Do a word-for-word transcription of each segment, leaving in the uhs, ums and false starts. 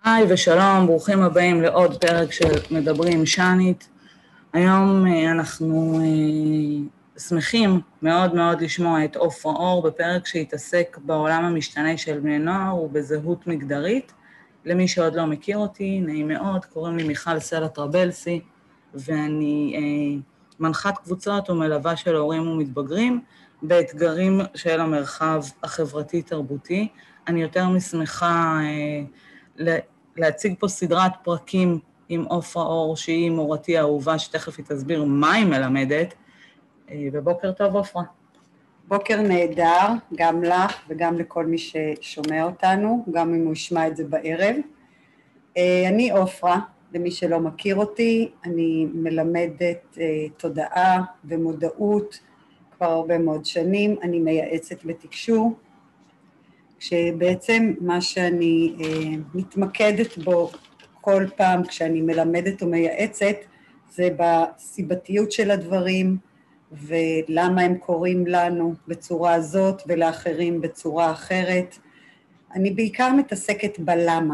היי ושלום, ברוכים הבאים לעוד פרק של מדברים שנית. היום אנחנו שמחים מאוד מאוד לשמוע את עופרה אור בפרק שהתעסק בעולם המשתנה של בני נוער ובזהות מגדרית. למי שעוד לא מכיר אותי, נעים מאוד, קוראים לי מיכל סלע טרבלסי, ואני מנחת קבוצות ומלווה של הורים ומתבגרים באתגרים של המרחב החברתי-תרבותי. אני יותר משמחה להציג פה סדרת פרקים עם עופרה אור, שהיא מורתי האהובה, שתכף היא תסביר מה היא מלמדת. ובוקר טוב, עופרה. בוקר נהדר, גם לך וגם לכל מי ששומע אותנו, גם אם הוא ישמע את זה בערב. אני עופרה, למי שלא מכיר אותי, אני מלמדת תודעה ומודעות כבר הרבה מאוד שנים, אני מייעצת בתקשור, שבעצם מה שאני אה, מתמקדת בו כל פעם כשאני מלמדת ומייעצת, זה בסיבתיות של הדברים, ולמה הם קורים לנו בצורה הזאת ולאחרים בצורה אחרת. אני בעיקר מתעסקת בלמה,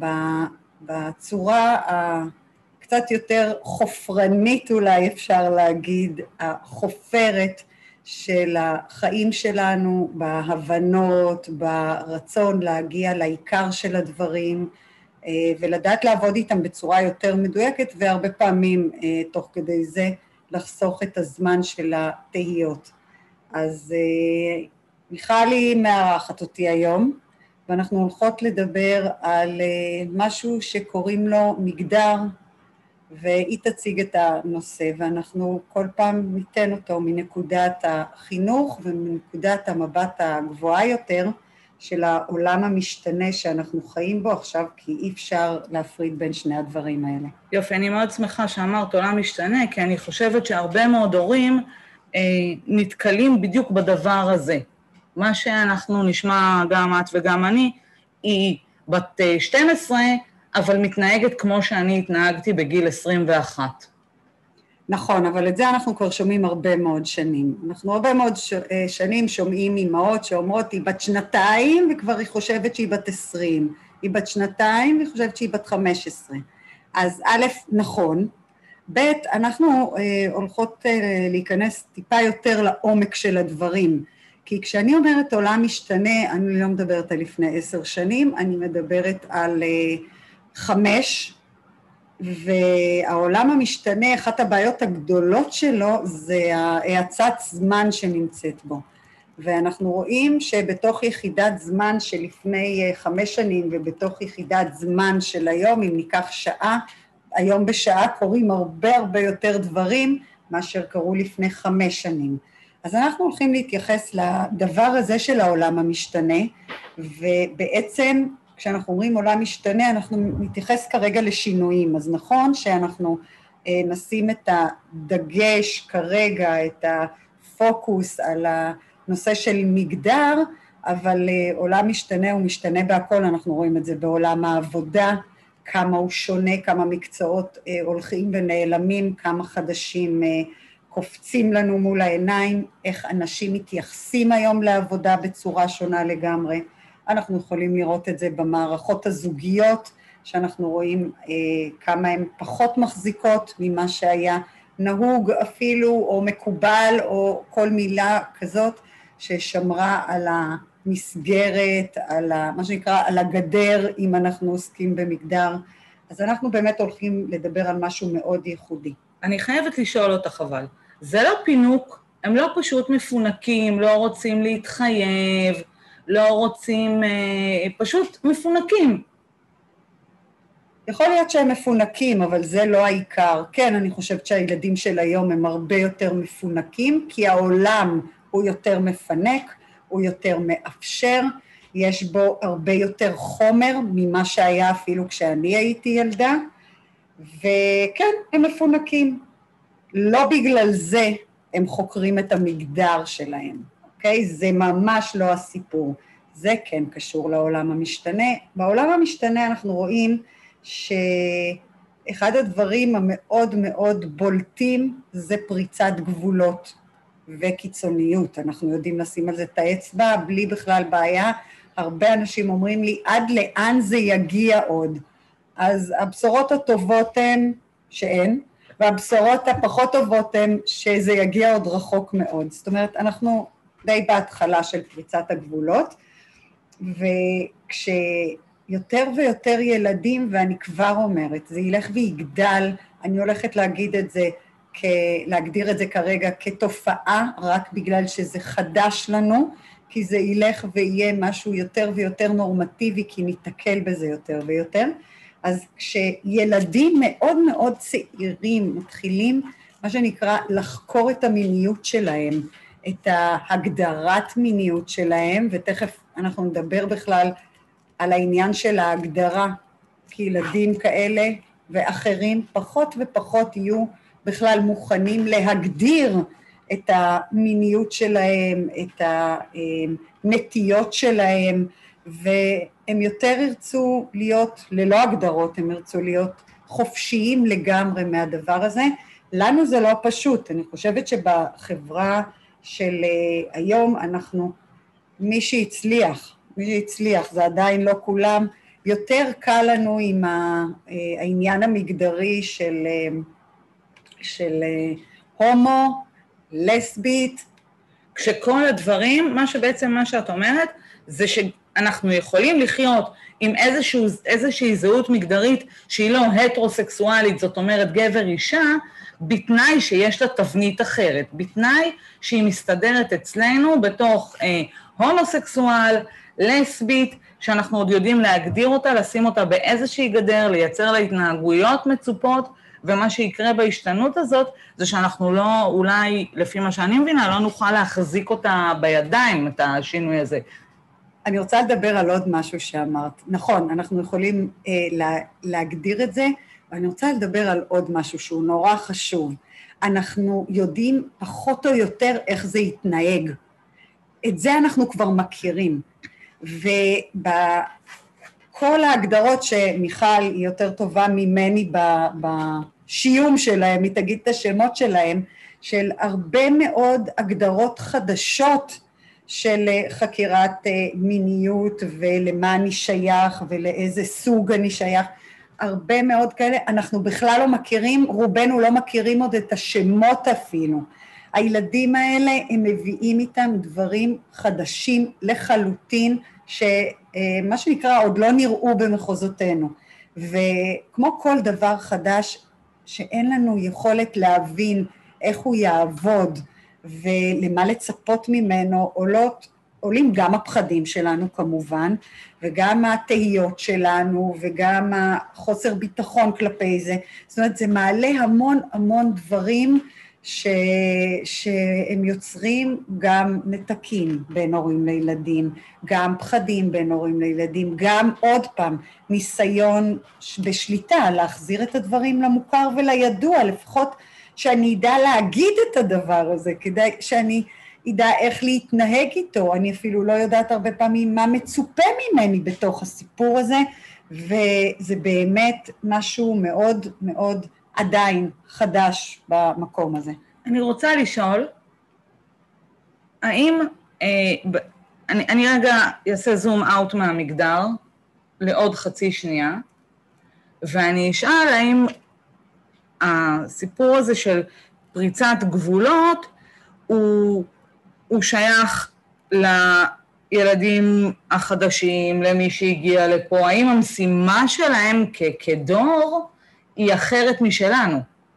בצורה הקצת יותר חופרנית אולי אפשר להגיד, החופרת, של החיים שלנו, בהבנות, ברצון להגיע לעיקר של הדברים, ולדעת לעבוד איתם בצורה יותר מדויקת, והרבה פעמים תוך כדי זה לחסוך את הזמן של התהיות. אז מיכלי מארחת אותי היום, ואנחנו הולכות לדבר על משהו שקוראים לו מגדר, והיא תציג את הנושא, ואנחנו כל פעם ניתן אותו מנקודת החינוך ומנקודת המבט הגבוהה יותר של העולם המשתנה שאנחנו חיים בו עכשיו, כי אי אפשר להפריד בין שני הדברים האלה. יופי, אני מאוד שמחה שאמרת עולם משתנה, כי אני חושבת שהרבה מאוד הורים אה, נתקלים בדיוק בדבר הזה. מה שאנחנו נשמע גם את וגם אני, היא בת שתים עשרה, אבל מתנהגת כמו שאני התנהגתי בגיל עשרים ואחת. נכון, אבל את זה אנחנו כבר שומעים הרבה מאוד שנים. אנחנו הרבה מאוד שנים שומעים אמהות שאומרות, היא בת שנתיים וכבר היא חושבת שהיא בת עשרים. היא בת שנתיים והיא חושבת שהיא בת חמש עשרה. אז א', נכון. ב', אנחנו אה, הולכות אה, להיכנס טיפה יותר לעומק של הדברים. כי כשאני אומרת עולם משתנה, אני לא מדברת על לפני עשר שנים, אני מדברת על אה, חמש, והעולם המשתנה, אחת הבעיות הגדולות שלו זה ההאצת זמן שנמצאת בו. ואנחנו רואים שבתוך יחידת זמן שלפני חמש שנים ובתוך יחידת זמן של היום, אם ניקח שעה, היום בשעה קורים הרבה הרבה יותר דברים מאשר קרו לפני חמש שנים. אז אנחנו הולכים להתייחס לדבר הזה של העולם המשתנה, ובעצם כשאנחנו אומרים עולם משתנה, אנחנו נתייחס כרגע לשינויים. אז נכון שאנחנו נשים את הדגש כרגע, את הפוקוס על הנושא של מגדר, אבל עולם משתנה הוא משתנה בהכל, אנחנו רואים את זה בעולם העבודה, כמה הוא שונה, כמה מקצועות הולכים ונעלמים, כמה חדשים קופצים לנו מול העיניים, איך אנשים מתייחסים היום לעבודה בצורה שונה לגמרי. אנחנו יכולים לראות את זה במערכות הזוגיות, שאנחנו רואים אה, כמה הן פחות מחזיקות ממה שהיה נהוג אפילו, או מקובל, או כל מילה כזאת, ששמרה על המסגרת, על ה, מה שנקרא, על הגדר, אם אנחנו עוסקים במגדר. אז אנחנו באמת הולכים לדבר על משהו מאוד ייחודי. אני חייבת לשאול אותך אבל, זה לא פינוק, הם לא פשוט מפונקים, לא רוצים להתחייב, לא רוצים, פשוט מפונקים. יכול להיות שהם מפונקים, אבל זה לא העיקר. כן, אני חושבת שהילדים של היום הם הרבה יותר מפונקים, כי העולם הוא יותר מפנק, הוא יותר מאפשר, יש בו הרבה יותר חומר ממה שהיה אפילו כשאני הייתי ילדה, וכן, הם מפונקים. לא בגלל זה הם חוקרים את המגדר שלהם. אוקיי? זה ממש לא הסיפור. זה כן קשור לעולם המשתנה. בעולם המשתנה אנחנו רואים שאחד הדברים המאוד מאוד בולטים זה פריצת גבולות וקיצוניות. אנחנו יודעים לשים על זה את האצבע בלי בכלל בעיה. הרבה אנשים אומרים לי, עד לאן זה יגיע עוד? אז הבשורות הטובות הן שאין, והבשורות הפחות טובות הן שזה יגיע עוד רחוק מאוד. זאת אומרת, אנחנו די בהתחלה של פריצת הגבולות, וכשיותר ויותר ילדים, ואני כבר אומרת, זה ילך ויגדל, אני הולכת להגיד את זה, להגדיר את זה כרגע כתופעה, רק בגלל שזה חדש לנו, כי זה ילך ויהיה משהו יותר ויותר נורמטיבי, כי ניתקל בזה יותר ויותר. אז כשילדים מאוד מאוד צעירים מתחילים, מה שנקרא, לחקור את המיניות שלהם, את ההגדרת מיניות שלהם, ותכף אנחנו נדבר בכלל על העניין של ההגדרה, כי ילדים כאלה ואחרים פחות ופחות יהיו בכלל מוכנים להגדיר את המיניות שלהם, את הנטיות שלהם, והם יותר ירצו להיות ללא הגדרות, הם ירצו להיות חופשיים לגמרי מהדבר הזה. לנו זה לא פשוט, אני חושבת שבחברה של היום אנחנו, מי שהצליח, מי שהצליח, זה עדיין לא כולם, יותר קל לנו עם העניין המגדרי של, של הומו, לסבית, כשכל הדברים, מה שבעצם מה שאת אומרת, זה שאנחנו יכולים לחיות עם איזשהו, איזושהי זהות מגדרית שהיא לא הטרוסקסואלית, זאת אומרת גבר אישה, בתנאי שיש לה תבנית אחרת, בתנאי שהיא מסתדרת אצלנו בתוך אה, הומוסקסואל, לסבית, שאנחנו עוד יודעים להגדיר אותה, לשים אותה באיזושהי גדר, לייצר לה התנהגויות מצופות, ומה שיקרה בהשתנות הזאת, זה שאנחנו לא, אולי, לפי מה שאני מבינה, לא נוכל להחזיק אותה בידיים, את השינוי הזה. אני רוצה לדבר על עוד משהו שאמרת. נכון, אנחנו יכולים אה, לה, להגדיר את זה, ואני רוצה לדבר על עוד משהו שהוא נורא חשוב. אנחנו יודעים פחות או יותר איך זה יתנהג. את זה אנחנו כבר מכירים. ובכל ההגדרות שמיכל היא יותר טובה ממני בשיום שלהם, היא תגיד את השמות שלהם, של הרבה מאוד הגדרות חדשות של חקירת מיניות ולמה אני שייך ולאיזה סוג אני שייך, הרבה מאוד כאלה, אנחנו בכלל לא מכירים, רובנו לא מכירים עוד את השמות אפילו. הילדים האלה הם מביאים איתם דברים חדשים לחלוטין, שמה שנקרא עוד לא נראו במחוזותינו. וכמו כל דבר חדש שאין לנו יכולת להבין איך הוא יעבוד ולמה לצפות ממנו, עולות, עולים גם הפחדים שלנו כמובן, וגם התהיות שלנו, וגם החוסר ביטחון כלפי זה. זאת אומרת, זה מעלה המון המון דברים ש... שהם יוצרים גם נתקים בין הורים לילדים, גם פחדים בין הורים לילדים, גם עוד פעם ניסיון בשליטה להחזיר את הדברים למוכר ולידוע, לפחות שאני אדע להגיד את הדבר הזה, כדי שאני אדע איך להתנהג איתו. אני אפילו לא יודעת הרבה פעמים מה מצופה ממני בתוך הסיפור הזה, וזה באמת משהו מאוד מאוד עדיין חדש במקום הזה. אני רוצה לשאול, האם, אה, ב, אני, אני רגע אעשה זום אאוט מהמגדר לעוד חצי שנייה, ואני אשאל האם הסיפור הזה של פריצת גבולות הוא, הוא שייך לילדים החדשים, למי שהגיע לפה, האם המשימה שלהם כ, כדור היא אחרת משלנו?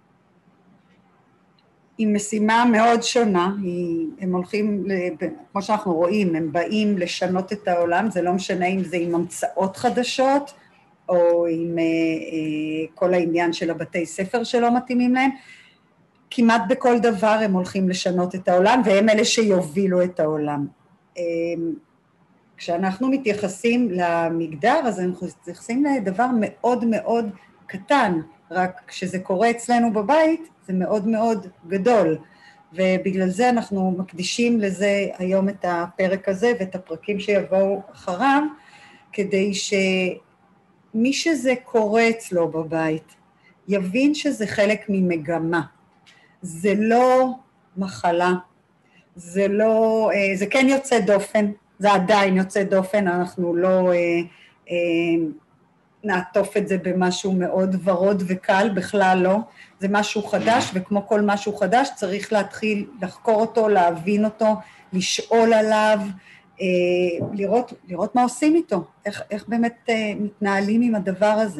היא משימה מאוד שונה, היא, הם הולכים, כמו שאנחנו רואים, הם באים לשנות את העולם, זה לא משנה אם זה עם המצאות חדשות, או עם אה, אה, כל העניין של הבתי ספר שלא מתאימים להם, כמעט בכל דבר הם הולכים לשנות את העולם, והם אלה שיובילו את העולם. אה, כשאנחנו מתייחסים למגדר, אז אנחנו מתייחסים לדבר מאוד מאוד קטן, רק כשזה קורה אצלנו בבית, זה מאוד מאוד גדול, ובגלל זה אנחנו מקדישים לזה היום את הפרק הזה, ואת הפרקים שיבואו אחריו, כדי שמי שזה קורה אצלו בבית, יבין שזה חלק ממגמה. זה לא מחלה, זה לא, זה כן יוצא דופן, זה עדיין יוצא דופן, אנחנו לא, נעטוף את זה במשהו מאוד ורוד וקל, בכלל לא. זה משהו חדש, וכמו כל משהו חדש, צריך להתחיל לחקור אותו, להבין אותו, לשאול עליו, לראות, לראות מה עושים איתו, איך, איך באמת מתנהלים עם הדבר הזה.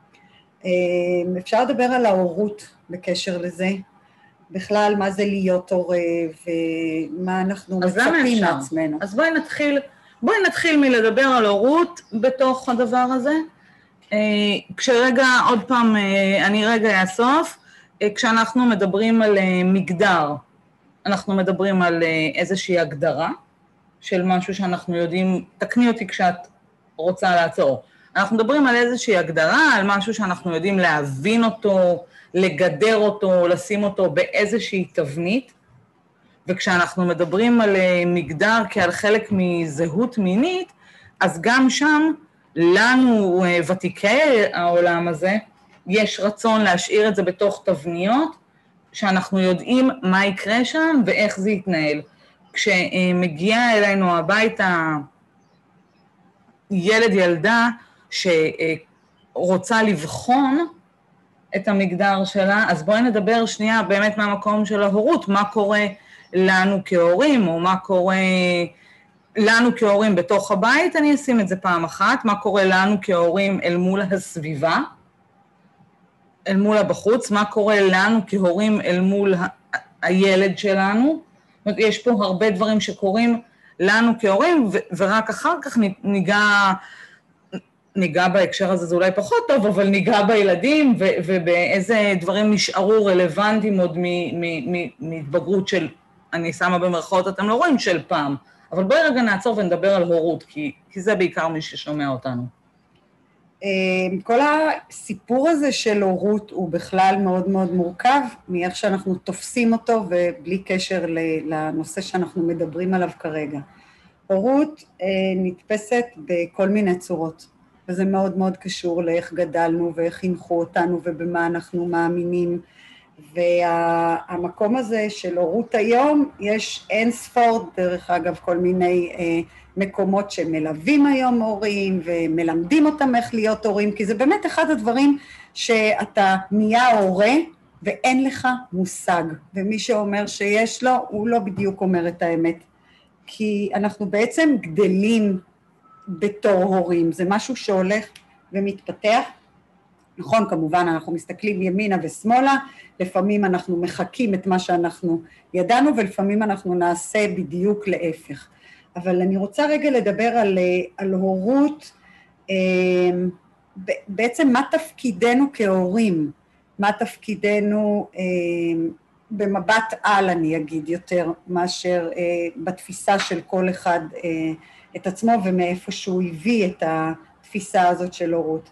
אפשר לדבר על ההורות בקשר לזה, בכלל מה זה להיות הורה, ומה אנחנו מצפים מעצמנו. אז בואי נתחיל, בואי נתחיל מלדבר על הורות בתוך הדבר הזה, כשרגע, עוד פעם, אני רגע אסוף, כשאנחנו מדברים על מגדר, אנחנו מדברים על איזושהי הגדרה, של משהו שאנחנו יודעים, תקני אותי כשאת רוצה לעצור, אנחנו מדברים על איזושהי הגדרה, על משהו שאנחנו יודעים להבין אותו, לגדר אותו, לשים אותו באיזושהי תבנית, וכשאנחנו מדברים על מגדר כעל חלק מזהות מינית, אז גם שם, לנו, ותיקי העולם הזה, יש רצון להשאיר את זה בתוך תבניות, שאנחנו יודעים מה יקרה שם ואיך זה יתנהל. כשמגיע אלינו הביתה ילד ילדה שרוצה לבחון את המגדר שלה, אז בואי נדבר שנייה באמת מהמקום של ההורות, מה קורה לנו כהורים, או מה קורה לנו כהורים בתוך הבית, אני אשים את זה פעם אחת, מה קורה לנו כהורים אל מול הסביבה, אל מול הבחוץ, מה קורה לנו כהורים אל מול ה- הילד שלנו, יש פה הרבה דברים שקורים לנו כהורים, ו- ורק אחר כך ניגע, ניגע בהקשר הזה, זה אולי פחות טוב, אבל ניגע בילדים, ו- ובאיזה דברים נשארו רלוונטיים עוד מהתבגרות של, אני שמה במרכאות, אתם לא רואים, של פעם. אבל בואי רגע נעצור ונדבר על הורות, כי, כי זה בעיקר מי ששומע אותנו. כל הסיפור הזה של הורות הוא בכלל מאוד מאוד מורכב, מאיך שאנחנו תופסים אותו ובלי קשר לנושא שאנחנו מדברים עליו כרגע. הורות נתפסת בכל מיני צורות, וזה מאוד מאוד קשור לאיך גדלנו ואיך חינכו אותנו ובמה אנחנו מאמינים, והמקום הזה של הורות היום, יש אין ספור, דרך אגב, כל מיני מקומות שמלווים היום הורים, ומלמדים אותם איך להיות הורים, כי זה באמת אחד הדברים שאתה נהיה הורה, ואין לך מושג, ומי שאומר שיש לו, הוא לא בדיוק אומר את האמת, כי אנחנו בעצם גדלים בתור הורים, זה משהו שהולך ומתפתח, נכון, כמובן אנחנו מסתכלים ימינה ושמאלה, לפעמים אנחנו מחכים את מה שאנחנו ידענו, ולפעמים אנחנו נעשה בדיוק להפך. אבל אני רוצה רגע לדבר על, על הורות, בעצם מה תפקידנו כהורים, מה תפקידנו במבט על, אני אגיד יותר, מאשר בתפיסה של כל אחד את עצמו, ומאיפה שהוא הביא את התפיסה הזאת של הורות.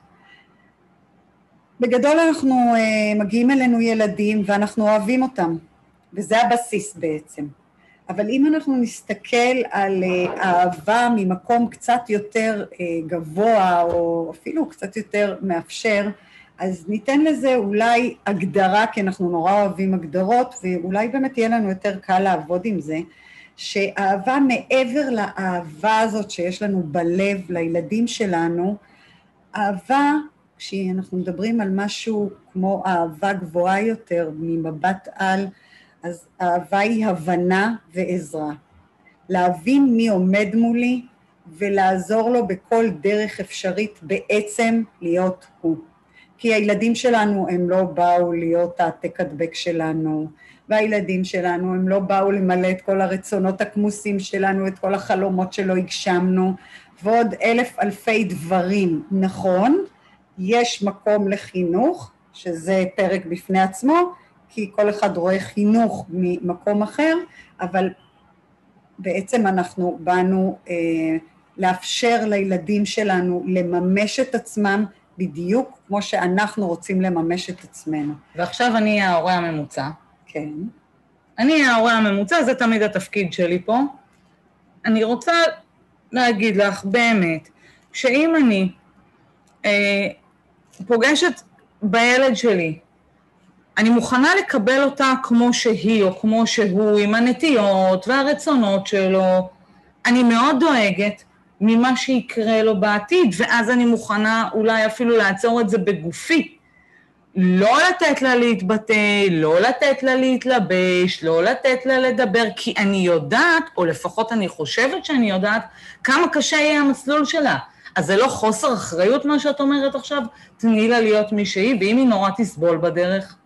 בגדול אנחנו מגיעים אלינו ילדים ואנחנו אוהבים אותם, וזה הבסיס בעצם. אבל אם אנחנו נסתכל על אהבה ממקום קצת יותר גבוה, או אפילו קצת יותר מאפשר, אז ניתן לזה אולי הגדרה, כי אנחנו נורא אוהבים הגדרות, ואולי באמת יהיה לנו יותר קל לעבוד עם זה, שאהבה מעבר לאהבה הזאת שיש לנו בלב לילדים שלנו, אהבה, כשאנחנו מדברים על משהו כמו אהבה גבוהה יותר ממבט על, אז אהבה היא הבנה ועזרה. להבין מי עומד מולי ולעזור לו בכל דרך אפשרית בעצם להיות הוא. כי הילדים שלנו הם לא באו להיות העתק הדבק שלנו, והילדים שלנו הם לא באו למלא את כל הרצונות הכמוסים שלנו, את כל החלומות שלא הגשמנו, ועוד אלף אלפי דברים. נכון, יש מקום לחינוך, שזה פרק בפני עצמו, כי כל אחד רואה חינוך ממקום אחר, אבל בעצם אנחנו באנו אה, לאפשר לילדים שלנו לממש את עצמם, בדיוק כמו שאנחנו רוצים לממש את עצמנו. ועכשיו אני ההורה הממוצע. כן. אני ההורה הממוצע, זה תמיד התפקיד שלי פה. אני רוצה להגיד לך באמת, שאם אני אה, פוגשת בילד שלי, אני מוכנה לקבל אותה כמו שהיא או כמו שהוא, עם הנטיות והרצונות שלו. אני מאוד דואגת ממה שיקרה לו בעתיד, ואז אני מוכנה אולי אפילו לעצור את זה בגופי. לא לתת לה להתבטא, לא לתת לה להתלבש, לא לתת לה לדבר, כי אני יודעת, או לפחות אני חושבת שאני יודעת, כמה קשה יהיה המסלול שלה. אז זה לא חוסר אחריות מה שאת אומרת עכשיו, תני לה להיות מי שהיא, ואם היא נורא תסבול בדרך.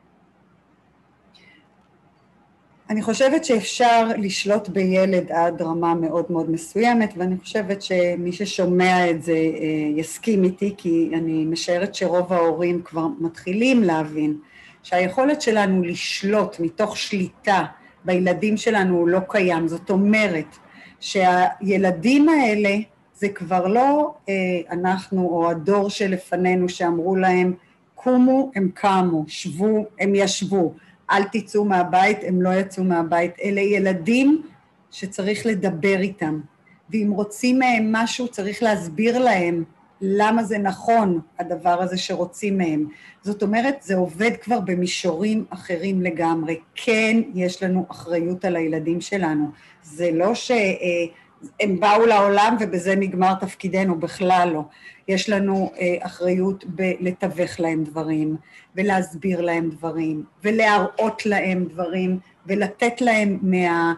אני חושבת שאפשר לשלוט בילד עד רמה מאוד מאוד מסוימת, ואני חושבת שמי ששומע את זה יסכים איתי, כי אני משערת שרוב ההורים כבר מתחילים להבין שהיכולת שלנו לשלוט מתוך שליטה בילדים שלנו לא קיים. זאת אומרת שהילדים האלה זה כבר לא אנחנו או הדור שלפנינו שאמרו להם קומו הם קמו, שבו הם ישבו, אל תצאו מהבית, הם לא יצאו מהבית. אלה ילדים שצריך לדבר איתם, ואם רוצים מהם משהו צריך להסביר להם למה זה נכון הדבר הזה שרוצים מהם. זאת אומרת, זה עובד כבר במישורים אחרים לגמרי. כן, יש לנו אחריות על הילדים שלנו. זה לא שהם באו לעולם ובזה נגמר תפקידנו, בכלל לא. יש לנו אחריות בלתווך להם דברים, ולהסביר להם דברים, ולהראות להם דברים, ולתת להם מה,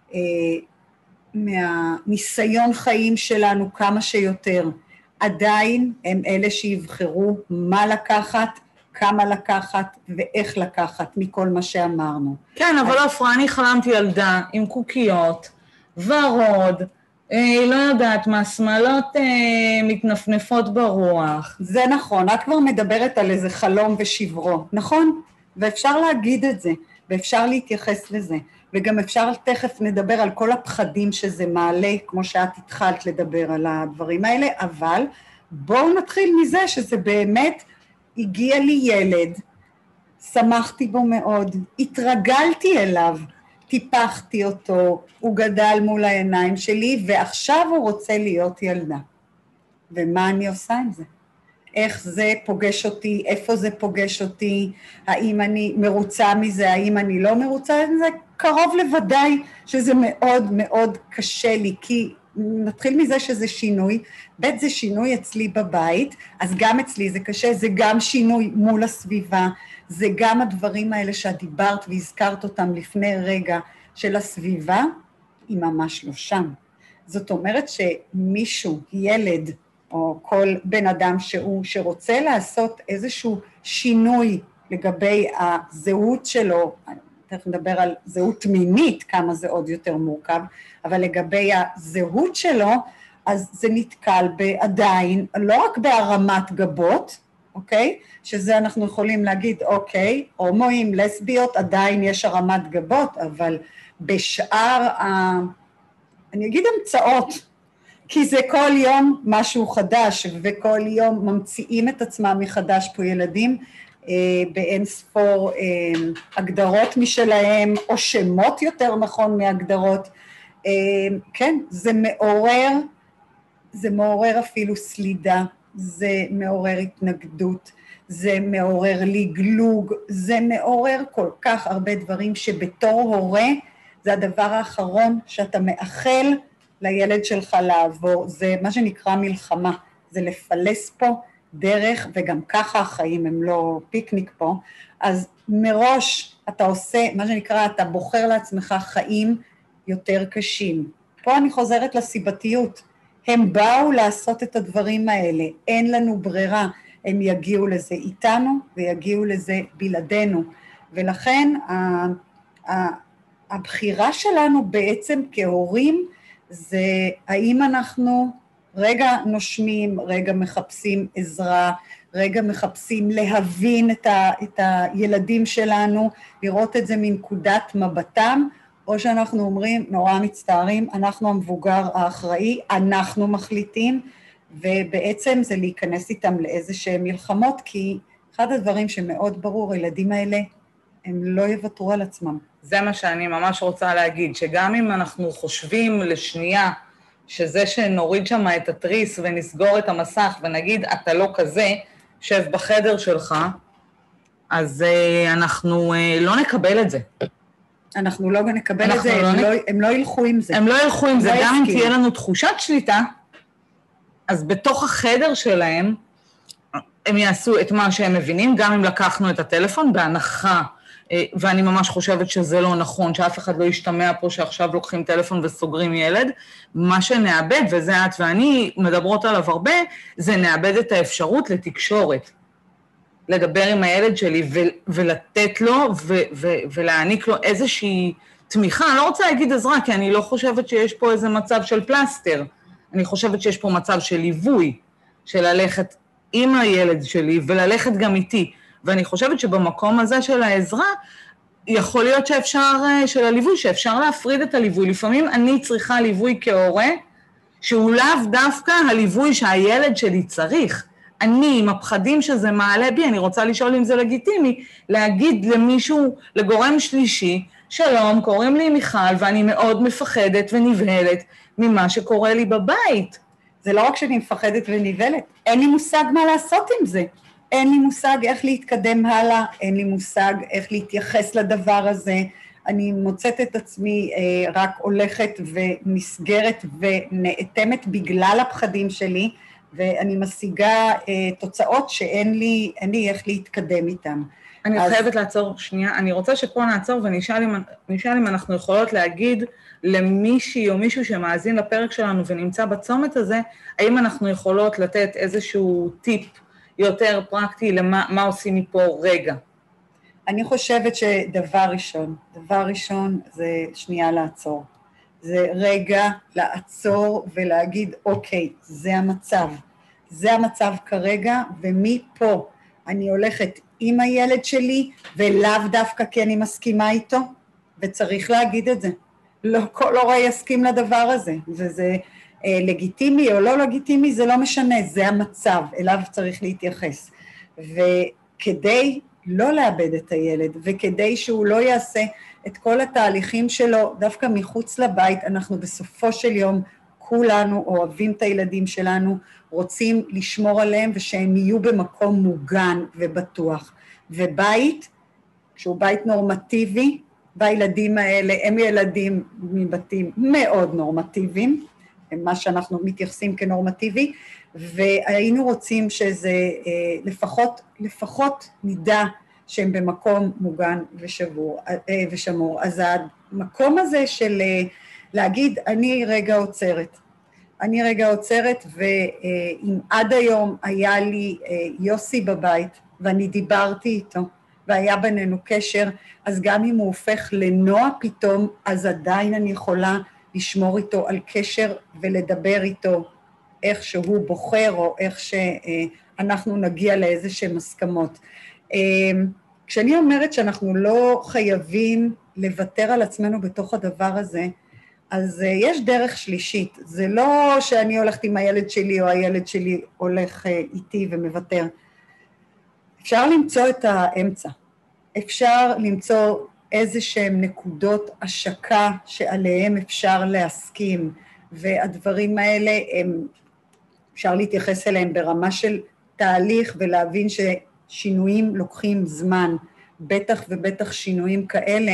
מהניסיון חיים שלנו כמה שיותר. עדיין הם אלה שיבחרו מה לקחת, כמה לקחת, ואיך לקחת מכל מה שאמרנו. כן, אבל אפרה, אני חלמתי ילדה עם קוקיות, ורוד, היא לא יודעת מה, שמאלות אה, מתנפנפות ברוח. זה נכון, את כבר מדברת על איזה חלום ושברו, נכון? ואפשר להגיד את זה, ואפשר להתייחס לזה, וגם אפשר תכף נדבר על כל הפחדים שזה מעלה, כמו שאת התחלת לדבר על הדברים האלה, אבל בואו נתחיל מזה שזה באמת הגיע לי ילד, שמחתי בו מאוד, התרגלתי אליו, טיפחתי אותו, הוא גדל מול העיניים שלי, ועכשיו הוא רוצה להיות ילדה. ומה אני עושה עם זה? איך זה פוגש אותי, איפה זה פוגש אותי, האם אני מרוצה מזה, האם אני לא מרוצה מזה, קרוב לוודאי שזה מאוד מאוד קשה לי, כי נתחיל מזה שזה שינוי, ב' זה שינוי אצלי בבית, אז גם אצלי זה קשה, זה גם שינוי מול הסביבה, זה גם הדברים האלה שאת דיברת והזכרת אותם לפני רגע של הסביבה, היא ממש לא שם. זאת אומרת שמישהו, ילד, או כל בן אדם שהוא, שרוצה לעשות איזשהו שינוי לגבי הזהות שלו, תכף נדבר על זהות מינית, כמה זה עוד יותר מורכב, אבל לגבי הזהות שלו, אז זה נתקל בעדיין, לא רק בהרמת גבות, אוקיי? שזה אנחנו יכולים להגיד, אוקיי, הומואים, לסביות, עדיין יש הרמת גבות, אבל בשאר, ה... אני אגיד המצאות, כי זה כל יום משהו חדש, וכל יום ממציאים את עצמם מחדש פה ילדים, באין ספור הגדרות משלהם, או שמות יותר נכון מהגדרות. כן, זה מעורר, זה מעורר אפילו סלידה, זה מעורר התנגדות, זה מעורר לגלוג, זה מעורר כל כך הרבה דברים שבתור הורה, זה הדבר האחרון שאתה מאחל לילד שלך לעבור, זה מה שנקרא מלחמה, זה לפלס פה דרך, וגם ככה החיים הם לא פיקניק פה, אז מראש אתה עושה, מה שנקרא, אתה בוחר לעצמך חיים יותר קשים. פה אני חוזרת לסיבתיות, הם באו לעשות את הדברים האלה, אין לנו ברירה, הם יגיעו לזה איתנו ויגיעו לזה בלעדינו, ולכן הבחירה שלנו בעצם כהורים, זה האם אנחנו רגע נושמים, רגע מחפשים עזרה, רגע מחפשים להבין את, ה, את הילדים שלנו, לראות את זה מנקודת מבטם, או שאנחנו אומרים, נורא מצטערים, אנחנו המבוגר האחראי, אנחנו מחליטים, ובעצם זה להיכנס איתם לאיזשהם מלחמות, כי אחד הדברים שמאוד ברור, הילדים האלה, הם לא יוותרו על עצמם. זה מה שאני ממש רוצה להגיד, שגם אם אנחנו חושבים לשנייה, שזה שנוריד שם את התריס ונסגור את המסך ונגיד, אתה לא כזה, שב בחדר שלך, אז uh, אנחנו uh, לא נקבל את זה. אנחנו לא נקבל את זה, הם לא, הם לא ילכו עם זה. הם לא ילכו עם זה, גם אם תהיה לנו תחושת שליטה, אז בתוך החדר שלהם, הם יעשו את מה שהם מבינים, גם אם לקחנו את הטלפון, בהנחה, ואני ממש חושבת שזה לא נכון, שאף אחד לא ישתמע פה שעכשיו לוקחים טלפון וסוגרים ילד, מה שנאבד, וזה את ואני מדברות עליו הרבה, זה נאבד את האפשרות לתקשורת, לדבר עם הילד שלי ו- ולתת לו ו- ו- ולהעניק לו איזושהי תמיכה. אני לא רוצה להגיד עזרה, כי אני לא חושבת שיש פה איזה מצב של פלסטר, אני חושבת שיש פה מצב של ליווי, של ללכת עם הילד שלי וללכת גם איתי, ואני חושבת שבמקום הזה של העזרה, יכול להיות שאפשר, של הליווי, שאפשר להפריד את הליווי. לפעמים אני צריכה ליווי כהורה, שהוא לאו דווקא הליווי שהילד שלי צריך. אני, עם הפחדים שזה מעלה בי, אני רוצה לשאול אם זה לגיטימי, להגיד למישהו, לגורם שלישי, שלום, קוראים לי מיכל, ואני מאוד מפחדת ונבהלת ממה שקורה לי בבית. זה לא רק שאני מפחדת ונבהלת, אין לי מושג מה לעשות עם זה. אין לי מושג איך להתקדם הלאה, אין לי מושג איך להתייחס לדבר הזה. אני מוצאת את עצמי אה, רק הולכת ונסגרת ונאטמת בגלל הפחדים שלי, ואני משיגה אה, תוצאות שאין לי, אין לי איך להתקדם איתם. אני אז... חייבת לעצור שנייה, אני רוצה שפה נעצור ונשאל אם, נשאל אם אנחנו יכולות להגיד למישהי או מישהו שמאזין לפרק שלנו ונמצא בצומת הזה, האם אנחנו יכולות לתת איזשהו טיפ יותר פרקטי למה מה עושים מפה רגע. אני חושבת שדבר ראשון, דבר ראשון זה שנייה לעצור. זה רגע לעצור ולהגיד, אוקיי, זה המצב. זה המצב כרגע, ומפה אני הולכת עם הילד שלי, ולאו דווקא כי אני מסכימה איתו, וצריך להגיד את זה. לא כל הורה יסכים לדבר הזה, וזה אה, לגיטימי או לא לגיטימי, זה לא משנה, זה המצב, אליו צריך להתייחס. וכדי לא לאבד את הילד, וכדי שהוא לא יעשה את כל התהליכים שלו, דווקא מחוץ לבית, אנחנו בסופו של יום, כולנו אוהבים את הילדים שלנו, רוצים לשמור עליהם, ושהם יהיו במקום מוגן ובטוח. ובית, כשהוא בית נורמטיבי, והילדים האלה הם ילדים מבתים מאוד נורמטיביים, הם מה שאנחנו מתייחסים כנורמטיבי, והיינו רוצים שזה לפחות, לפחות נדע שהם במקום מוגן ושבור, ושמור. אז המקום הזה של להגיד, אני רגע עוצרת, אני רגע עוצרת, ואם עד היום היה לי יוסי בבית, ואני דיברתי איתו, והיה בינינו קשר, אז גם אם הוא הופך לנוע פתאום, אז עדיין אני יכולה לשמור איתו על קשר ולדבר איתו איך שהוא בוחר, או איך שאנחנו נגיע לאיזשהם הסכמות. כשאני אומרת שאנחנו לא חייבים לוותר על עצמנו בתוך הדבר הזה, אז יש דרך שלישית. זה לא שאני הולכת עם הילד שלי, או הילד שלי הולך איתי ומוותר. אפשר למצוא את האמצע. אפשר למצוא איזשהם נקודות השקה שעליהם אפשר להסכים, והדברים האלה הם, אפשר להתייחס אליהם ברמה של תהליך, ולהבין ששינויים לוקחים זמן, בטח ובטח שינויים כאלה.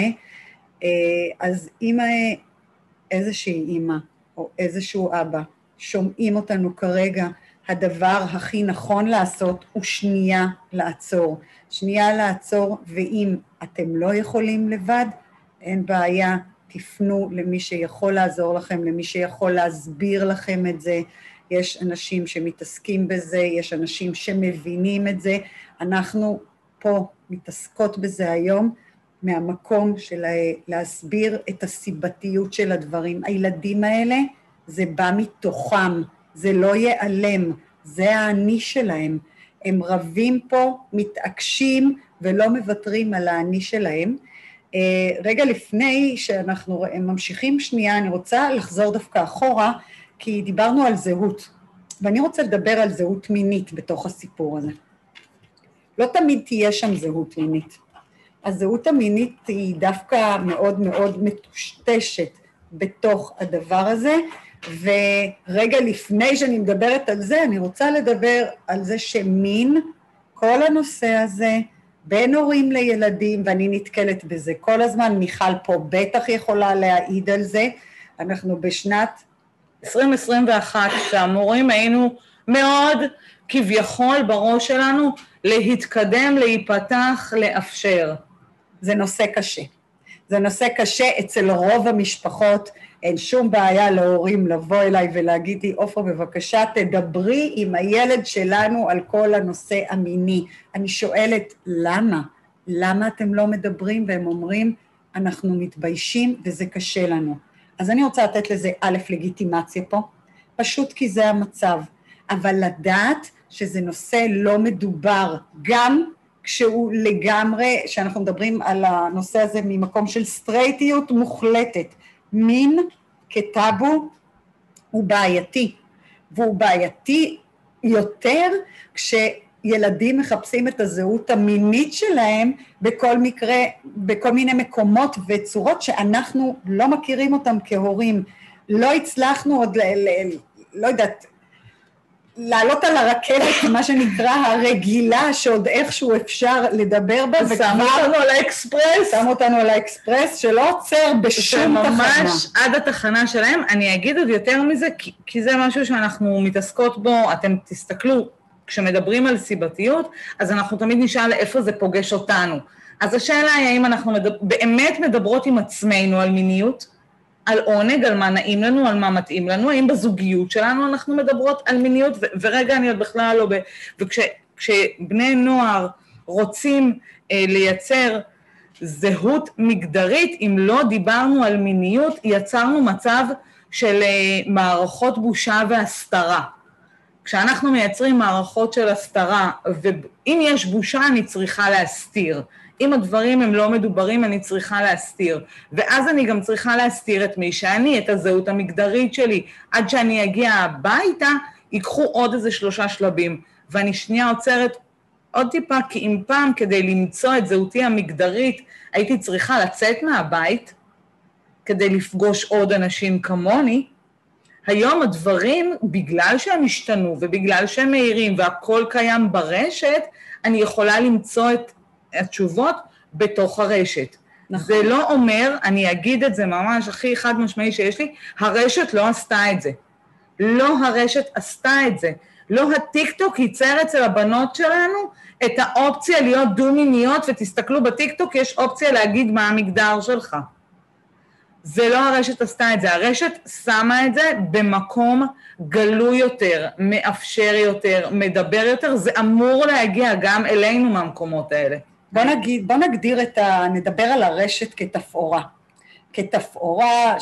אז אמא, איזושהי אמא או איזשהו אבא שומעים אותנו כרגע, הדבר הכי נכון לעשות הוא שנייה לעצור. שנייה לעצור, ואם אתם לא יכולים לבד, אין בעיה, תפנו למי שיכול לעזור לכם, למי שיכול להסביר לכם את זה. יש אנשים שמתעסקים בזה, יש אנשים שמבינים את זה. אנחנו פה מתעסקות בזה היום, מהמקום של להסביר את הסיבתיות של הדברים. הילדים האלה, זה בא מתוכם, זה לא ייעלם, זה האני שלהם. הם רבים פה, מתעקשים ולא מוותרים על האני שלהם. רגע לפני שאנחנו ממשיכים שנייה, אני רוצה לחזור דווקא אחורה, כי דיברנו על זהות, ואני רוצה לדבר על זהות מינית בתוך הסיפור הזה. לא תמיד תהיה שם זהות מינית. הזהות המינית היא דווקא מאוד מאוד מטושטשת בתוך הדבר הזה, ורגע לפני שאני מדברת על זה, אני רוצה לדבר על זה שמין, כל הנושא הזה, בין הורים לילדים, ואני נתקלת בזה כל הזמן, מיכל פה בטח יכולה להעיד על זה, אנחנו בשנת עשרים עשרים ואחת, כשהמורים היינו מאוד כביכול בראש שלנו להתקדם, להיפתח, לאפשר. זה נושא קשה. זה נושא קשה אצל רוב המשפחות, אין שום בעיה להורים לבוא אליי ולהגיד לי, עופרה בבקשה תדברי עם הילד שלנו על כל הנושא המיני. אני שואלת, למה? למה אתם לא מדברים? והם אומרים, אנחנו מתביישים וזה קשה לנו. אז אני רוצה לתת לזה א' לגיטימציה פה, פשוט כי זה המצב, אבל לדעת שזה נושא לא מדובר, גם כשהוא לגמרי, שאנחנו מדברים על הנושא הזה ממקום של סטרייטיות מוחלטת, מין כטאבו הוא בעייתי, והוא בעייתי יותר כשילדים מחפשים את הזהות המינית שלהם בכל מקרה, בכל מיני מקומות וצורות שאנחנו לא מכירים אותם כהורים, לא הצלחנו עוד, ל, ל, לא יודעת, לעלות על הרכבת, מה שנקרא הרגילה, שעוד איכשהו אפשר לדבר בה, ושמו אותנו על האקספרס. שמו אותנו על האקספרס, שלא עוצר בשום תחנה. ממש עד התחנה שלהם. אני אגיד עוד יותר מזה, כי, כי זה משהו שאנחנו מתעסקות בו, אתם תסתכלו, כשמדברים על סיבתיות, אז אנחנו תמיד נשאל איפה זה פוגש אותנו. אז השאלה היא, האם אנחנו מדבר, באמת מדברות עם עצמנו על מיניות, על עונג, על מה נעים לנו, על מה מתאים לנו, האם בזוגיות שלנו אנחנו מדברות על מיניות, ו- ורגע אני עוד בכלל לא, ב- וכשבני נוער רוצים אה, לייצר זהות מגדרית, אם לא דיברנו על מיניות, יצרנו מצב של אה, מערכות בושה והסתרה. כשאנחנו מייצרים מערכות של הסתרה, ואם יש בושה אני צריכה להסתיר, אם הדברים הם לא מדוברים, אני צריכה להסתיר. ואז אני גם צריכה להסתיר את מי שאני, את הזהות המגדרית שלי. עד שאני אגיע הביתה, ייקחו עוד איזה שלושה שלבים. ואני שנייה עוצרת עוד טיפה, כי אם פעם כדי למצוא את זהותי המגדרית, הייתי צריכה לצאת מהבית, כדי לפגוש עוד אנשים כמוני, היום הדברים, בגלל שהם השתנו, ובגלל שהם מהירים, והכל קיים ברשת, אני יכולה למצוא את התשובות בתוך הרשת. נכון. זה לא אומר, אני אגיד את זה ממש הכי חד משמעי שיש לי, הרשת לא עשתה את זה. לא הרשת עשתה את זה. לא הטיקטוק ייצר אצל הבנות שלנו את האופציה להיות דו-מיניות, ותסתכלו בטיקטוק, יש אופציה להגיד מה המגדר שלך. זה לא הרשת עשתה את זה, הרשת שמה את זה במקום גלוי יותר, מאפשר יותר, מדבר יותר, זה אמור להגיע גם אלינו מהמקומות האלה. בוא נגיד, בוא נגדיר את ה... נדבר על הרשת כתפאורה, כתפאורה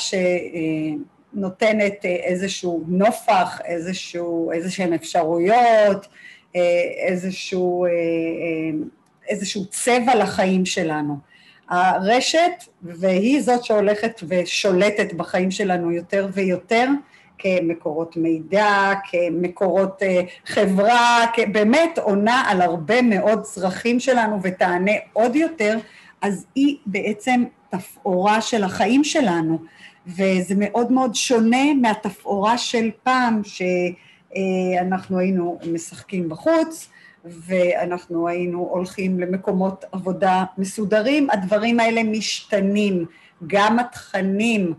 שנותנת איזשהו נופח, איזשהו, איזשהם אפשרויות, איזשהו, איזשהו צבע לחיים שלנו. הרשת, והיא זאת שהולכת ושולטת בחיים שלנו יותר ויותר, כמקורות מידע, כמקורות חברה, באמת עונה על הרבה מאוד צרכים שלנו ותענה עוד יותר, אז היא בעצם תפאורה של החיים שלנו, וזה מאוד מאוד שונה מהתפאורה של פעם, שאנחנו היינו משחקים בחוץ, ואנחנו היינו הולכים למקומות עבודה מסודרים, הדברים האלה משתנים, גם התכנים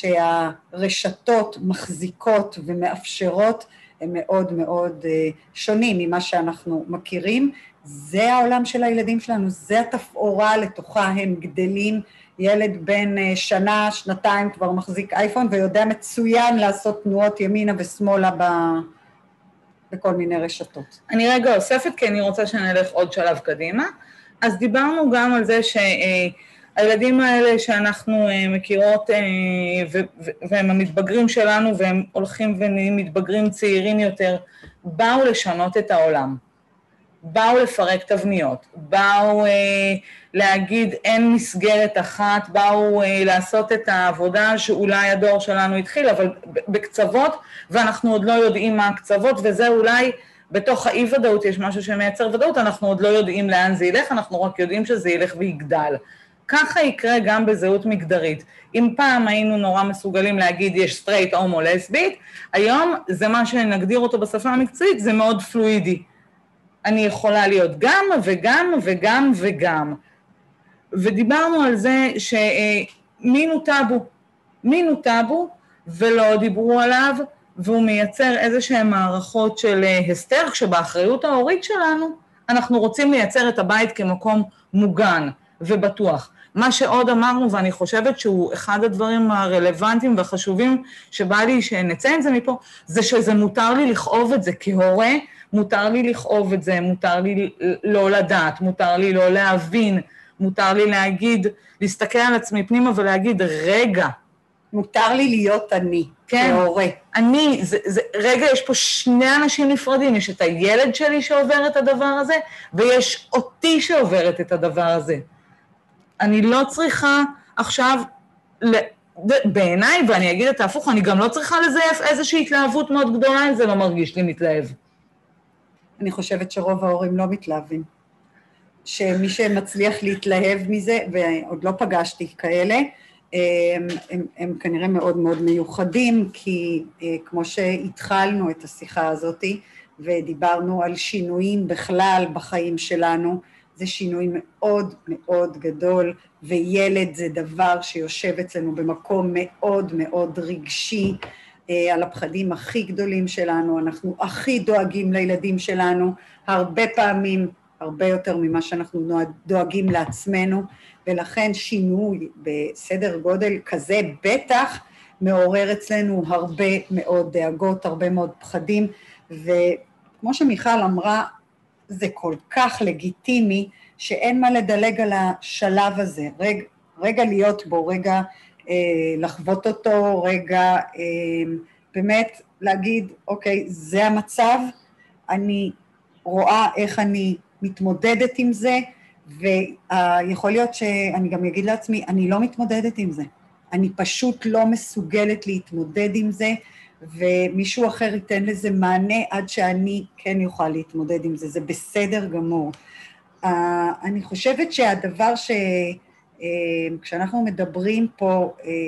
שהרשתות מחזיקות ומאפשרות הם מאוד מאוד שונים ממה שאנחנו מכירים, זה העולם של הילדים שלנו, זה התפאורה לתוכה הם גדלים, ילד בן שנה, שנתיים כבר מחזיק אייפון ויודע מצוין לעשות תנועות ימינה ושמאלה ב... בכל מיני רשתות. אני רגע אוספת, כי אני רוצה שנלך עוד שלב קדימה. אז דיברנו גם על זה שהילדים האלה שאנחנו מכירות, והם המתבגרים שלנו, והם הולכים ומתבגרים צעירים יותר, באו לשנות את העולם. באו לפרק תבניות, באו להגיד אין מסגרת אחת, באו לעשות את העבודה שאולי הדור שלנו התחיל, אבל בקצוות, ואנחנו עוד לא יודעים מה הקצוות, וזה אולי בתוך האי-ודאות יש משהו שמייצר ודאות, אנחנו עוד לא יודעים לאן זה ילך, אנחנו רק יודעים שזה ילך ויגדל. ככה יקרה גם בזהות מגדרית. אם פעם היינו נורא מסוגלים להגיד יש סטרייט, הומו, לסבית, היום זה מה שנגדיר אותו בשפה המקצועית, זה מאוד פלואידי. אני יכולה להיות גם וגם וגם וגם. ודיברנו על זה שמין הוא טאבו. מין הוא טאבו, ולא דיברו עליו, והוא מייצר איזה שהן מערכות של הסתר, כשבאחריות ההורית שלנו, אנחנו רוצים לייצר את הבית כמקום מוגן ובטוח. מה שעוד אמרנו, ואני חושבת שהוא אחד הדברים הרלוונטיים והחשובים שבא לי שנצא עם זה מפה, זה שזה מותר לי לכאוב את זה כהורה, מותר לי לכאוב את זה, מותר לי לא לדעת, מותר לי לא להבין, מותר לי להגיד, להסתכל על עצמי פנימה ולהגיד, רגע. מותר לי להיות אני, כן, כהורה. אני, זה, זה, רגע, יש פה שני אנשים נפרדים, יש את הילד שלי שעובר את הדבר הזה, ויש אותי שעוברת את הדבר הזה. אני לא צריכה עכשיו, בעיניי, ואני אגיד את ההפוך, אני גם לא צריכה לזייף איזושהי התלהבות מאוד גדולה, אם זה לא מרגיש לי מתלהב. אני חושבת שרוב ההורים לא מתלהבים. שמי שמצליח להתלהב מזה, ועוד לא פגשתי כאלה, הם, הם, הם כנראה מאוד מאוד מיוחדים, כי כמו שהתחלנו את השיחה הזאת, ודיברנו על שינויים בכלל בחיים שלנו, זה שינוי מאוד מאוד גדול, וילד זה דבר שיושב אצלנו במקום מאוד מאוד רגשי, על הפחדים הכי גדולים שלנו, אנחנו הכי דואגים לילדים שלנו, הרבה פעמים, הרבה יותר ממה שאנחנו דואגים לעצמנו, ולכן שינוי בסדר גודל כזה בטח מעורר אצלנו הרבה מאוד דאגות, הרבה מאוד פחדים, וכמו שמיכל אמרה, זה כל כך לגיטימי שאין מה לדלג על השלב הזה, רגע, רגע להיות בו, רגע אה, לחוות אותו, רגע אה, באמת להגיד, אוקיי, זה המצב, אני רואה איך אני מתמודדת עם זה, ויכול להיות שאני גם אגיד לעצמי, אני לא מתמודדת עם זה, אני פשוט לא מסוגלת להתמודד עם זה, ומישהו אחר ייתן לזה מענה עד שאני כן יוכל להתמודד עם זה, זה בסדר גמור. אני חושבת שהדבר שכשאנחנו מדברים פה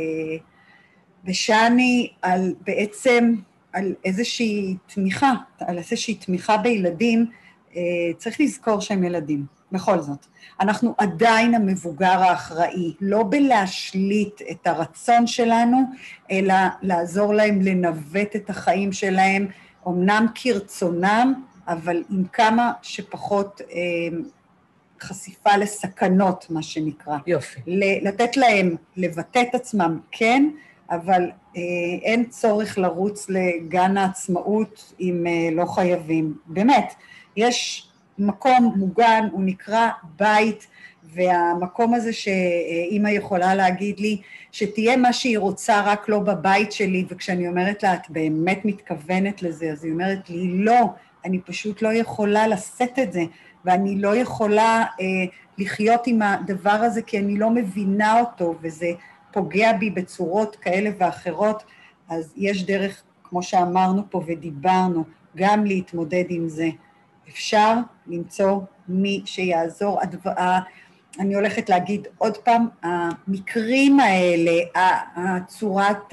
בשני על בעצם על איזושהי תמיכה, על איזושהי תמיכה בילדים, צריך לזכור שהם ילדים, בכל זאת. אנחנו עדיין המבוגר האחראי, לא בלהשליט את הרצון שלנו, אלא לעזור להם לנווט את החיים שלהם, אמנם כרצונם, אבל עם כמה שפחות אה, חשיפה לסכנות, מה שנקרא. יופי. לתת להם לבטא את עצמם, כן, אבל אה, אין צורך לרוץ לגן העצמאות אם אה, לא חייבים. באמת, יש מקום מוגן, הוא נקרא בית, והמקום הזה שאמא יכולה להגיד לי, שתהיה מה שהיא רוצה רק לא בבית שלי, וכשאני אומרת לה, את באמת מתכוונת לזה, אז היא אומרת לי, לא, אני פשוט לא יכולה לשאת את זה, ואני לא יכולה אה, לחיות עם הדבר הזה, כי אני לא מבינה אותו, וזה פוגע בי בצורות כאלה ואחרות, אז יש דרך, כמו שאמרנו פה ודיברנו, גם להתמודד עם זה. אפשר למצוא מי שיעזור. אני הולכת להגיד עוד פעם, המקרים האלה, הצורת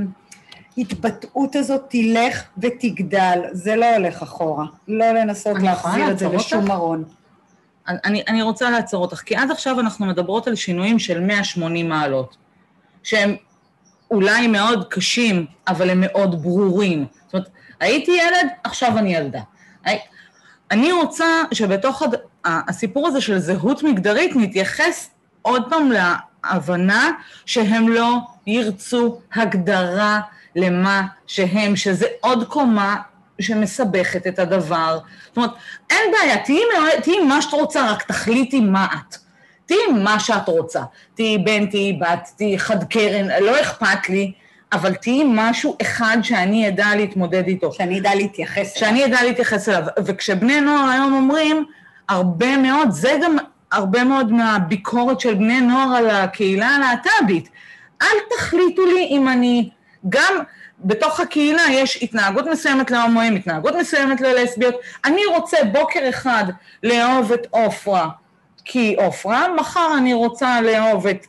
התבטאות הזאת תלך ותגדל, זה לא הולך אחורה, לא לנסות להחזיר את זה לשום מרון. אני, אני רוצה לעצור אותך, כי עד עכשיו אנחנו מדברות על שינויים של מאה ושמונים מעלות, שהם אולי מאוד קשים, אבל הם מאוד ברורים. זאת אומרת, הייתי ילד, עכשיו אני ילדה. אני רוצה שבתוך הד... הסיפור הזה של זהות מגדרית נתייחס עוד פעם להבנה שהם לא ירצו הגדרה למה שהם, שזה עוד קומה שמסבכת את הדבר. זאת אומרת, אין בעיה, תהיי, תהיי מה שאת רוצה, רק תחליטי מה את. תהיי מה שאת רוצה. תהיי בן, תהיי בת, תהיי חד קרן, לא אכפת לי, אבל תהיי משהו אחד שאני ידע להתמודד איתו. שאני ידע להתייחס אליו. שאני ידע להתייחס אליו. וכשבני נוער היום אומרים, הרבה מאוד, זה גם הרבה מאוד מהביקורת של בני נוער על הקהילה הלהט"בית. אל תחליטו לי אם אני, גם בתוך הקהילה יש התנהגות מסוימת להומואים, התנהגות מסוימת ללסביות. אני רוצה בוקר אחד לאהוב את אופרה, כי אופרה, מחר אני רוצה לאהוב את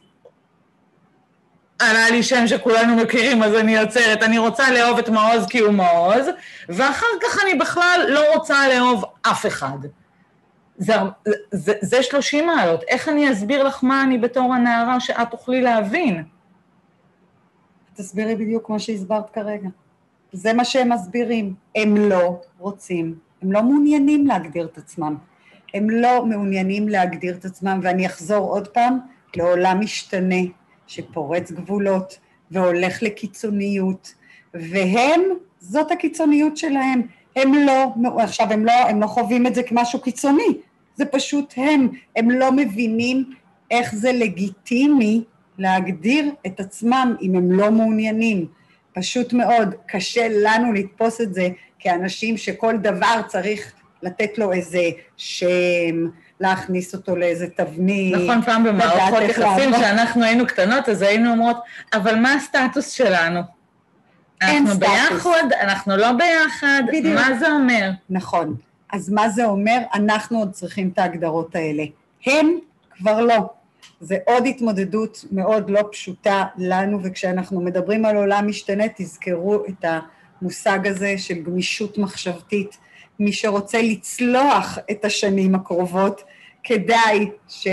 עלה לי שם שכולנו מכירים, אז אני יוצרת, אני רוצה לאהוב את מעוז כי הוא מעוז, ואחר כך אני בכלל לא רוצה לאהוב אף אחד. זה, זה, זה שלושים מעלות. איך אני אסביר לך מה אני בתור הנערה שאת תוכלי להבין? תסבירי בדיוק כמו שהסברת כרגע. זה מה שהם מסבירים. הם לא רוצים, הם לא מעוניינים להגדיר את עצמם. הם לא מעוניינים להגדיר את עצמם, ואני אחזור עוד פעם, לעולם משתנה, שפורץ גבולות, והולך לקיצוניות, והם, זאת הקיצוניות שלהם. הם לא, עכשיו הם לא, הם לא חווים את זה כמשהו קיצוני, זה פשוט הם, הם לא מבינים איך זה לגיטימי להגדיר את עצמם אם הם לא מעוניינים. פשוט מאוד, קשה לנו לתפוס את זה כאנשים שכל דבר צריך לתת לו איזה שם, להכניס אותו לאיזה תבנית. נכון, פעם במערכות יחסים שאנחנו היינו קטנות, אז היינו אומרות, אבל מה הסטטוס שלנו? אנחנו ביחד, אנחנו לא ביחד, בדיוק. מה זה אומר? נכון, אז מה זה אומר? אנחנו עוד צריכים את ההגדרות האלה. הם כבר לא. זה עוד התמודדות מאוד לא פשוטה לנו, וכשאנחנו מדברים על עולם משתנה, תזכרו את המושג הזה של גמישות מחשבתית. מי שרוצה לצלוח את השנים הקרובות, כדאי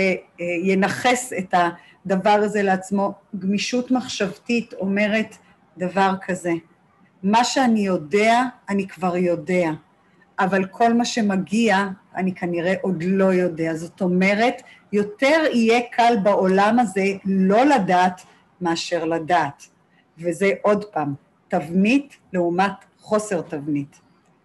שינחס את הדבר הזה לעצמו. גמישות מחשבתית אומרת דבר כזה, מה שאני יודע, אני כבר יודע, אבל כל מה שמגיע, אני כנראה עוד לא יודע. זאת אומרת, יותר יהיה קל בעולם הזה לא לדעת מאשר לדעת. וזה עוד פעם, תבנית לעומת חוסר תבנית.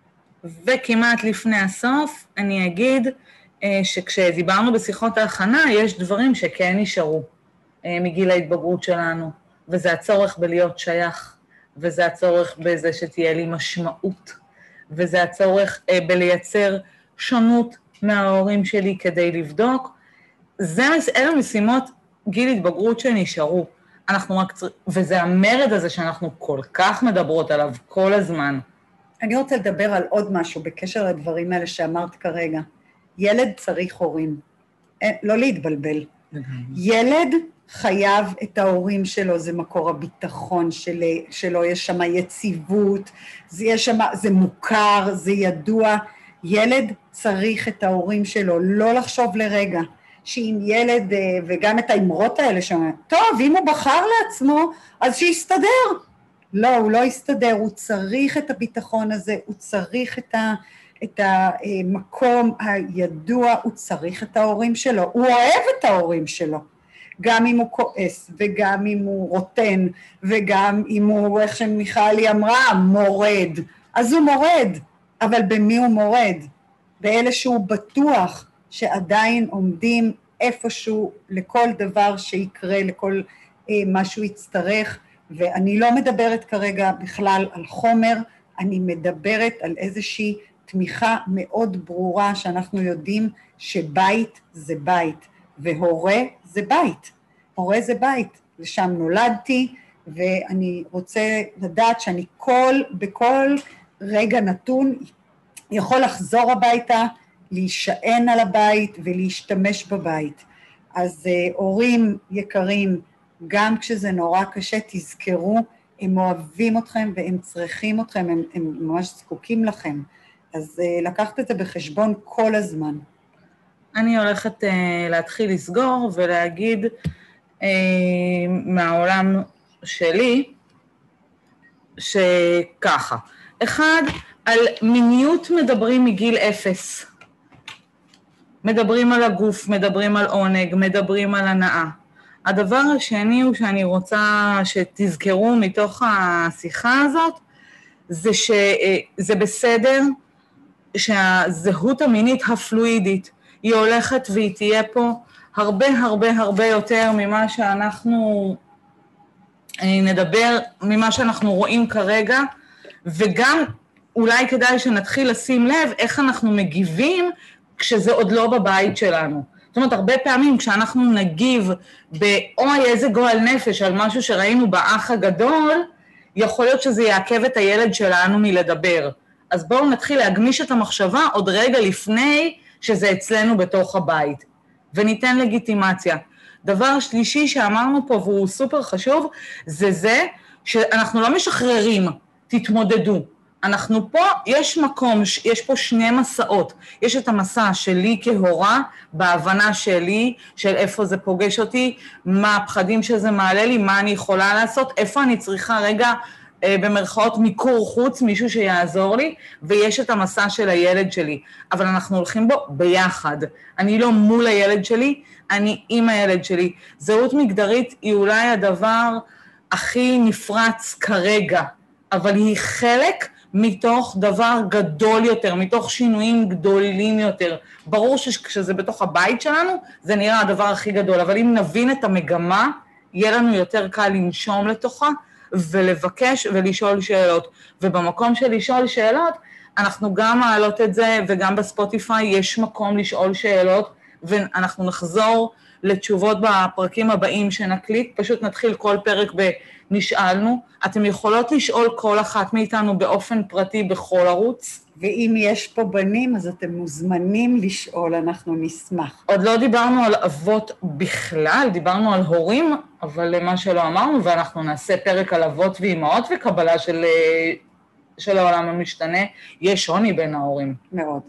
וכמעט לפני הסוף, אני אגיד שכשדיברנו בשיחות ההכנה, יש דברים שכן נשארו מגיל ההתבגרות שלנו, וזה הצורך בלהיות שייך, וזה הצורך בזה שתהיה לי משמעות, וזה הצורך בלייצר שונות מההורים שלי כדי לבדוק. זה, אלה משימות גיל התבגרות שנשארו. אנחנו רק, וזה המרד הזה שאנחנו כל כך מדברות עליו כל הזמן. אני רוצה לדבר על עוד משהו בקשר לדברים האלה שאמרת כרגע. ילד צריך הורים, לא להתבלבל. ילד חייב את ההורים שלו, זה מקור הביטחון של, שלו, יש שם יציבות, זה, יש שם, זה מוכר, זה ידוע. ילד צריך את ההורים שלו, לא לחשוב לרגע, שאם ילד, וגם את האמרות האלה שאומרים, טוב, אם הוא בחר לעצמו, אז שיסתדר. לא, הוא לא יסתדר, הוא צריך את הביטחון הזה, הוא צריך את, ה, את המקום הידוע, הוא צריך את ההורים שלו, הוא אוהב את ההורים שלו, גם אם הוא כועס, וגם אם הוא רוטן, וגם אם הוא, איך שמיכאלי אמרה, מורד, אז הוא מורד, אבל במי הוא מורד? באלה שהוא בטוח שעדיין עומדים איפשהו לכל דבר שיקרה, לכל אה, משהו יצטרך, ואני לא מדברת כרגע בכלל על חומר, אני מדברת על איזושהי תמיכה מאוד ברורה שאנחנו יודעים שבית זה בית, והורה זה בית. הורה זה בית, ושם נולדתי, ואני רוצה לדעת שאני כל, בכל רגע נתון יכול לחזור הביתה, להישען על הבית ולהשתמש בבית. אז הורים יקרים, גם כשזה נורא קשה, תזכרו, הם אוהבים אתכם והם צריכים אתכם, הם, הם ממש זקוקים לכם. אז לקחת את זה בחשבון כל הזמן. אני הולכת uh, להתחיל לסגור ולהגיד uh, מהעולם שלי, שככה. אחד, על מיניות מדברים מגיל אפס. מדברים על הגוף, מדברים על עונג, מדברים על הנאה. הדבר השני הוא שאני רוצה שתזכרו מתוך השיחה הזאת, זה שזה בסדר שהזהות המינית הפלואידית, היא הולכת והיא תהיה פה הרבה הרבה הרבה יותר ממה שאנחנו נדבר, ממה שאנחנו רואים כרגע, וגם אולי כדאי שנתחיל לשים לב איך אנחנו מגיבים כשזה עוד לא בבית שלנו. זאת אומרת, הרבה פעמים כשאנחנו נגיב באוי איזה גועל נפש על משהו שראינו באח הגדול, יכול להיות שזה יעכב את הילד שלנו מלדבר. אז בואו נתחיל להגמיש את המחשבה עוד רגע לפני שזה אצלנו בתוך הבית, וניתן לגיטימציה. דבר שלישי שאמרנו פה והוא סופר חשוב, זה זה שאנחנו לא משחררים, תתמודדו. אנחנו פה, יש מקום, יש פה שני מסעות. יש את המסע שלי כהורה, בהבנה שלי, של איפה זה פוגש אותי, מה הפחדים שזה מעלה לי, מה אני יכולה לעשות, איפה אני צריכה רגע, במרכאות מיקור חוץ, מישהו שיעזור לי, ויש את המסע של הילד שלי. אבל אנחנו הולכים בו ביחד. אני לא מול הילד שלי, אני עם הילד שלי. זהות מגדרית היא אולי הדבר הכי נפרץ כרגע, אבל היא חלק מתוך דבר גדול יותר, מתוך שינויים גדולים יותר. ברור שכשזה בתוך הבית שלנו, זה נראה הדבר הכי גדול, אבל אם נבין את המגמה, יהיה לנו יותר קל לנשום לתוכה, ולבקש ולשאול שאלות. ובמקום של לשאול שאלות, אנחנו גם מעלות את זה, וגם בספוטיפיי יש מקום לשאול שאלות, ואנחנו נחזור לתשובות בפרקים הבאים שנקליט, פשוט נתחיל כל פרק בנשאלנו. אתם יכולות לשאול כל אחת מאיתנו באופן פרטי בכל ערוץ. ואם יש פה בנים, אז אתם מוזמנים לשאול, אנחנו נשמח. עוד לא דיברנו על אבות בכלל, דיברנו על הורים, אבל מה שלא אמרנו, ואנחנו נעשה פרק על אבות ואימהות וקבלה של, של העולם המשתנה, יש שוני בין ההורים. מאוד.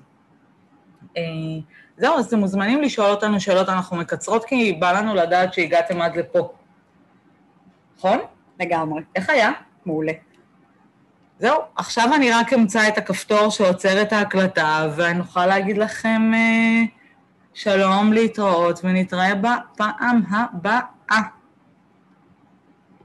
זהו, אז אתם מוזמנים לשאול אותנו שאלות, אנחנו מקצרות, כי בא לנו לדעת שהגעתם עד לפה. נכון? לגמרי. איך היה? מעולה. זהו, עכשיו אני רק אמצא את הכפתור שעוצר את ההקלטה, ואני אוכל להגיד לכם שלום, להתראות, ונתראה בפעם הבאה.